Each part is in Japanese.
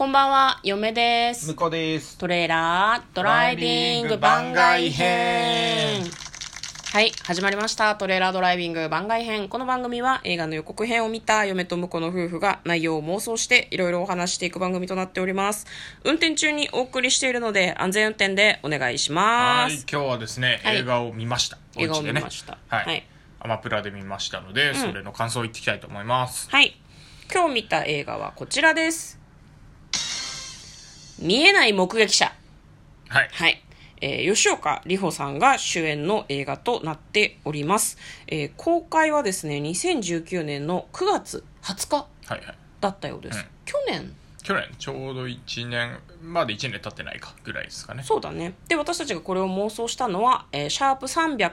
こんばんは、嫁です。 向こうです。 トレーラードライビング番外編。はい、始まりました。トレーラードライビング番外編。この番組は映画の予告編を見た嫁と婿の夫婦が内容を妄想していろいろお話していく番組となっております。運転中にお送りしているので安全運転でお願いします。 はい、今日はですね、映画を見ました。 映画を見ました。 はい。アマプラで見ましたので、それの感想を言っていきたいと思います。 はい。今日見た映画はこちらです。見えない目撃者。 はい。 はい。吉岡里帆さんが主演の映画となっております。公開はですね、2019年の9月20日だったようです。去年ちょうど1年まで1年経ってないかぐらいですかね。 そうだね。で、私たちがこれを妄想したのは、シャープ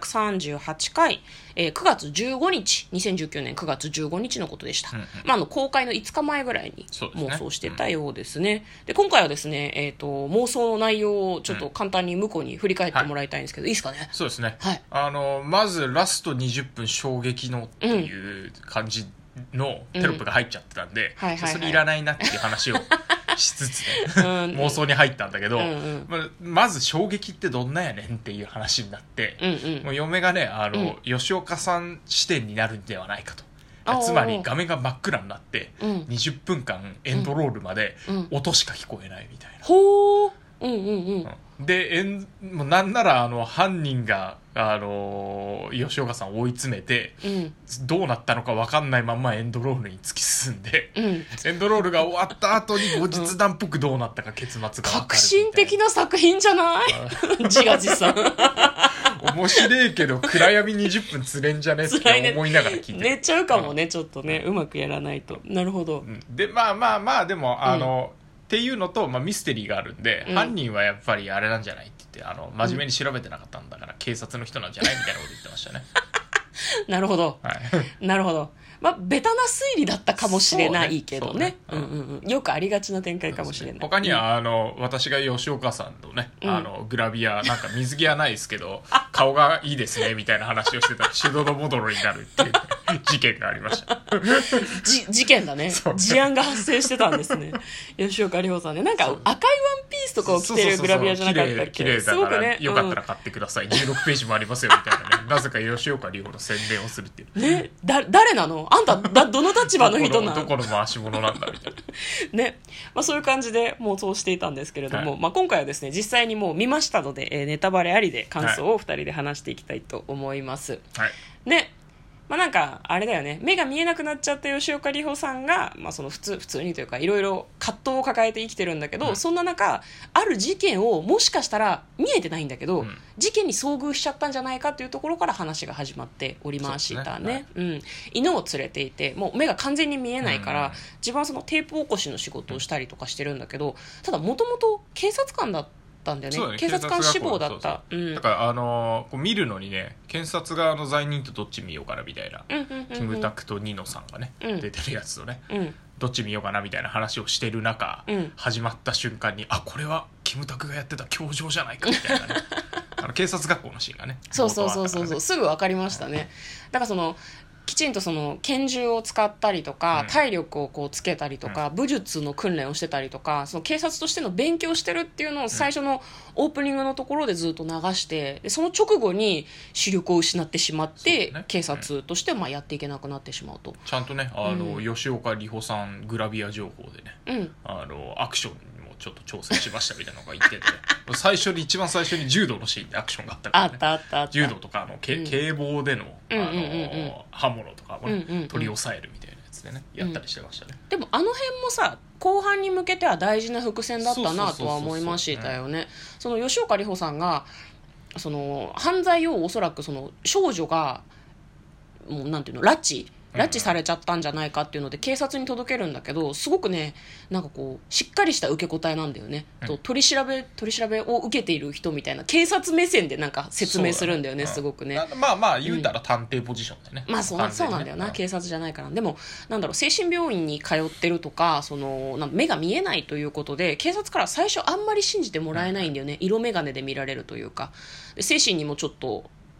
338回、9月15日2019年9月15日のことでした。公開の5日前ぐらいに妄想してたようですね。で、今回はですね、妄想の内容をちょっと簡単に向こうに振り返ってもらいたいんですけど、いいですかね。 そうですね。 はい。 まずラスト20分衝撃のっていう感じのテロップが入っちゃってたんで、それいらないなっていう話をしつつ、妄想に入ったんだけど、まず衝撃ってどんなやねんっていう話になって、もう嫁がね吉岡さん視点になるんではないかと。つまり画面が真っ暗になって、20分間エンドロールまで音しか聞こえないみたいな。 ほー。 でもうなんなら犯人が吉岡さんを追い詰めて、どうなったのか分かんないままエンドロールに突き進んで、エンドロールが終わった後に後日談っぽくどうなったか結末が分かるみたいな。 革新的な作品じゃない自画自賛面白いけど暗闇20分釣れんじゃねって思いながら聞いてる。 寝ちゃうかもね、ちょっとね、うまくやらないと。なるほど。 ででもっていうのと、ミステリーがあるんで、犯人はやっぱりあれなんじゃないって言って真面目に調べてなかったんだから、警察の人なんじゃないみたいなこと言ってましたねなるほど、なるほど。ベタな推理だったかもしれないけどね。よくありがちな展開かもしれない。 他には私が吉岡さんのね、グラビアなんか水着はないですけど顔がいいですねみたいな話をしてたらシドロモドロになるっていう事件がありました事件だね。事案が発生してたんですね。吉岡里帆さんね、なんか赤いワンピースとかを着てるグラビアじゃなかったっけ。 綺麗だから、よかったら買ってください、16ページもありますよみたいなねなぜか吉岡里帆の宣伝をするっていうね。誰なのあんたどの立場の人なのどこの回し物なんだみたいなね。そういう感じで妄想していたんですけれども、今回はですね、実際にもう見ましたので、ネタバレありで感想を2人で話していきたいと思います。ね。なんかあれだよね、目が見えなくなっちゃった吉岡里帆さんが、その普通にというかいろいろ葛藤を抱えて生きてるんだけど、そんな中ある事件をもしかしたら見えてないんだけど、事件に遭遇しちゃったんじゃないかというところから話が始まっておりましたね。犬を連れていて、もう目が完全に見えないから、自分はそのテープ起こしの仕事をしたりとかしてるんだけど、ただもともと警察官だったんだよね。警察官志望だった。 だからこう見るのにね、検察側の罪人とどっち見ようかなみたいな、キムタクとニノさんがね、出てるやつとね、どっち見ようかなみたいな話をしてる中、始まった瞬間にこれはキムタクがやってた教場じゃないかみたいなね警察学校のシーンがね、 そうすぐ分かりましたね。だからきちんと拳銃を使ったりとか、体力をこうつけたりとか、武術の訓練をしてたりとか、その警察としての勉強してるっていうのを最初のオープニングのところでずっと流して、でその直後に視力を失ってしまって、警察としてやっていけなくなってしまうと。 ちゃんとね吉岡里帆さんグラビア情報でね、アクションちょっと挑戦しましたみたいなのが言ってて一番最初に柔道のシーンでアクションがあったからね。 あった柔道とか警棒での刃物とかもね、取り押さえるみたいなやつでね、やったりしてましたね。 でも辺もさ、後半に向けては大事な伏線だったなとは思いましたよね。その吉岡里帆さんが犯罪をおそらく少女がもうなんていうの、拉致されちゃったんじゃないかっていうので警察に届けるんだけど、すごくね、なんかこうしっかりした受け答えなんだよね。取り調べを受けている人みたいな警察目線でなんか説明するんだよね。すごくね。 言うたら探偵ポジションでね。 そうなんだよな、警察じゃないから。でも精神病院に通ってるとか、目が見えないということで警察から最初あんまり信じてもらえないんだよね。色眼鏡で見られるというか、で精神にもちょっと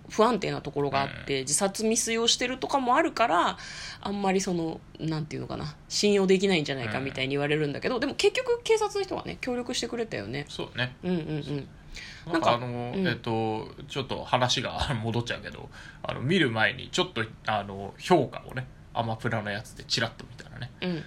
不安定なところがあって、自殺未遂をしてるとかもあるから、あんまりなんていうのかな、信用できないんじゃないかみたいに言われるんだけど、でも結局警察の人はね協力してくれたよね。 そうね。 なんかちょっと話が戻っちゃうけど、見る前にちょっと評価をねアマプラのやつでチラッと見たらね、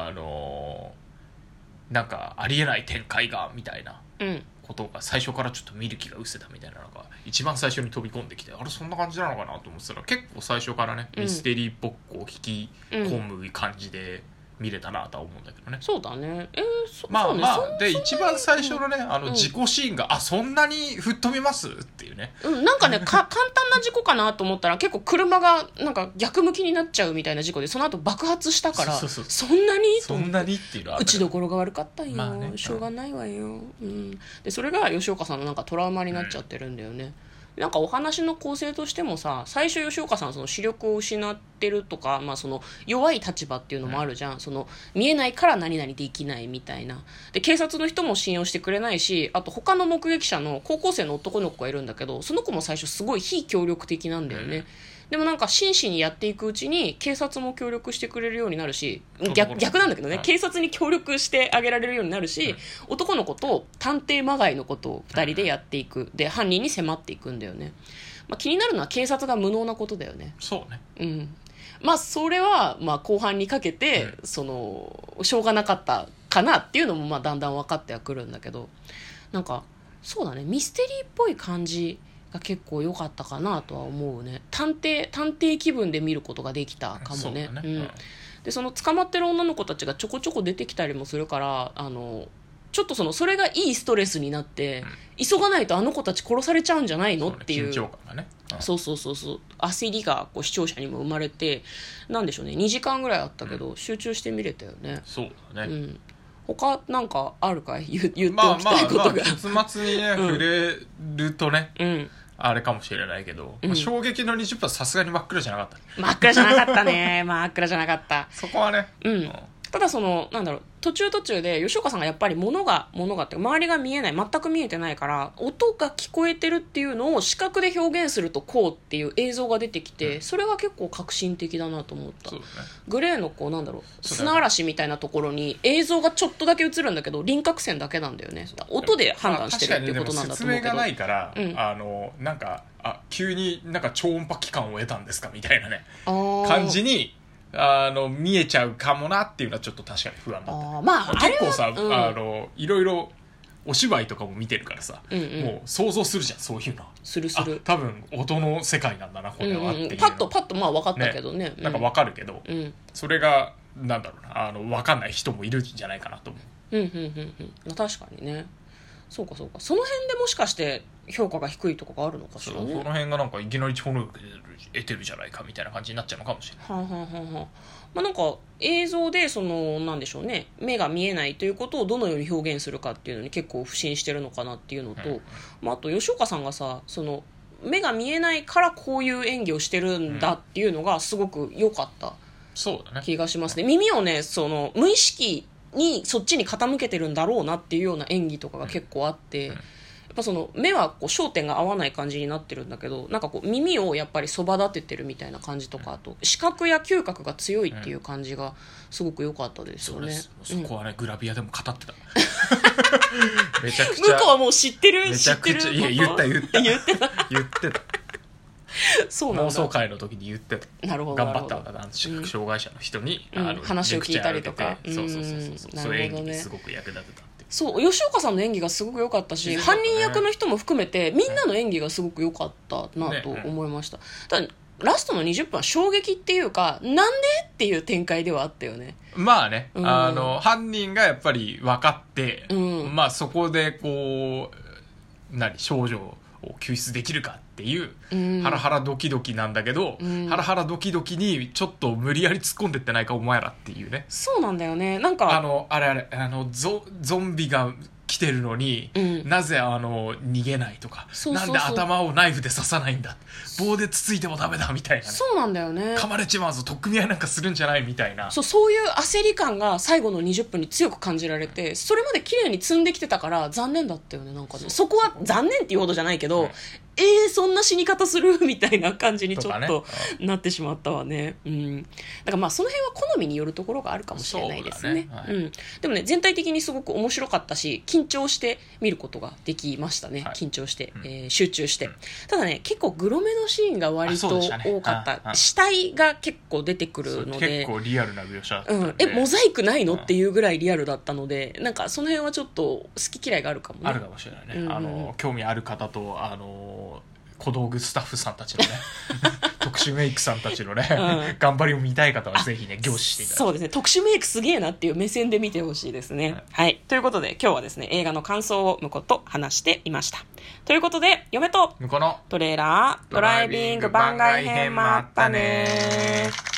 なんかありえない展開がみたいなことが最初からちょっと見る気が失せたみたいなのが一番最初に飛び込んできて、あれそんな感じなのかなと思ってたら、結構最初からね、ミステリーっぽくこう引き込む感じで見れたなとは思うんだけどね。 そうだね。 で一番最初のね事故シーンが、そんなに吹っ飛びますっていうね、 なんかね簡単な事故かなと思ったら、結構車がなんか逆向きになっちゃうみたいな事故で、その後爆発したから、そんなにそんなにっていうのは打ちどころが悪かったんよ、しょうがないわよ、でそれが吉岡さんのなんかトラウマになっちゃってるんだよね。なんかお話の構成としてもさ、最初吉岡さんその視力を失ってるとか、その弱い立場っていうのもあるじゃん、その見えないから何々できないみたいな。で警察の人も信用してくれないし、あと他の目撃者の高校生の男の子がいるんだけど、その子も最初すごい非協力的なんだよね。でもなんか真摯にやっていくうちに警察も協力してくれるようになるし、逆なんだけどね、警察に協力してあげられるようになるし、男の子と探偵まがいのことを2人でやっていく。で犯人に迫っていくんだよね。気になるのは警察が無能なことだよね。 そうね。 それは後半にかけて、しょうがなかったかなっていうのもだんだん分かってはくるんだけど、なんかそうだね、ミステリーっぽい感じが結構良かったかなとは思うね。探偵気分で見ることができたかもね。でその捕まってる女の子たちがちょこちょこ出てきたりもするから、ちょっとそれがいいストレスになって、急がないとあの子たち殺されちゃうんじゃないのっていう緊張感がね、 焦りが視聴者にも生まれて、なんでしょうね、2時間ぐらいあったけど、集中して見れたよね。 そうだね。 他なんかあるかい、言っておきたいことが。 結末にね、触れるとね、あれかもしれないけど、衝撃の20分はさすがに真っ暗じゃなかった。 真っ暗じゃなかったね。真っ暗じゃなかった。 そこはね。 ただ途中で吉岡さんがやっぱり物がって周りが見えない、全く見えてないから音が聞こえてるっていうのを視覚で表現するとこうっていう映像が出てきて、それが結構革新的だなと思った。グレーの砂嵐みたいなところに映像がちょっとだけ映るんだけど、輪郭線だけなんだよね。音で判断してるっていうことなんだと思うけど、 説明がないから、なんか急になんか超音波器官を得たんですかみたいなね感じに見えちゃうかもなっていうのはちょっと確かに不安だった。結構さ、いろいろお芝居とかも見てるからさ、もう想像するじゃん、そういうのする多分音の世界なんだなこれはっていう、 パッと分かったけどね、 なんか分かるけど、それがなんだろうな、分かんない人もいるんじゃないかなと思う。確かにね。そうかその辺でもしかして評価が低いとかがあるのかしらね。 その辺がなんかいきなり超能力得てるじゃないかみたいな感じになっちゃうのかもしれない。 なんか映像でなんでしょうね、目が見えないということをどのように表現するかっていうのに結構不信してるのかなっていうのと、あと吉岡さんがさ、目が見えないからこういう演技をしてるんだっていうのがすごく良かった気がしますね。耳をね無意識にそっちに傾けてるんだろうなっていうような演技とかが結構あって、やっぱ目は焦点が合わない感じになってるんだけど、なんか耳をやっぱりそば立ててるみたいな感じとか、あと視覚や嗅覚が強いっていう感じがすごく良かったですよね。 そこはね、グラビアでも語ってた。めちゃくちゃ向こうはもう知ってる。 めちゃくちゃ言ってたそうなんだ。 妄想会の時に言ってた。 なるほど。 頑張った視覚障害者の人に、 話を聞いたりとか、 そういう演技にすごく役立てた。 そう、吉岡さんの演技がすごく良かったし、犯人役の人も含めてみんなの演技がすごく良かったなと思いました。ただラストの20分は衝撃っていうか、なんでっていう展開ではあったよね。 犯人がやっぱり分かって、そこで少女を救出できるかっていうハラハラドキドキなんだけど、ハラハラドキドキにちょっと無理やり突っ込んでってないかお前らっていうね。 そうなんだよね。なんかゾンビが来てるのに、なぜ逃げないとか、なんで頭をナイフで刺さないんだ、棒でつついてもダメだみたいな、 そうなんだよね。 噛まれちまうぞ、取っ組み合いなんかするんじゃないみたいな、 そういう焦り感が最後の20分に強く感じられて、それまで綺麗に積んできてたから残念だったよね。なんかね、そこは残念っていうほどじゃないけど、 そんな死に方するみたいな感じにちょっとなってしまったわね。だからまあその辺は好みによるところがあるかもしれないですね。でもね、全体的にすごく面白かったし、緊張して見ることができましたね。緊張して、集中して。ただね、結構グロめのシーンが割と多かった。死体が結構出てくるので。 結構リアルな描写。 モザイクないのっていうぐらいリアルだったので、なんかその辺はちょっと好き嫌いがあるかもね。 あるかもしれないね。興味ある方と、小道具スタッフさんたちのね特殊メイクさんたちのね、頑張りを見たい方はぜひね凝視していただきたい。 そうですね、特殊メイクすげえなっていう目線で見てほしいですね。はい、ということで今日はですね、映画の感想を向こうと話していました。ということで、嫁と向こうのトレーラードライビング番外編もあったね。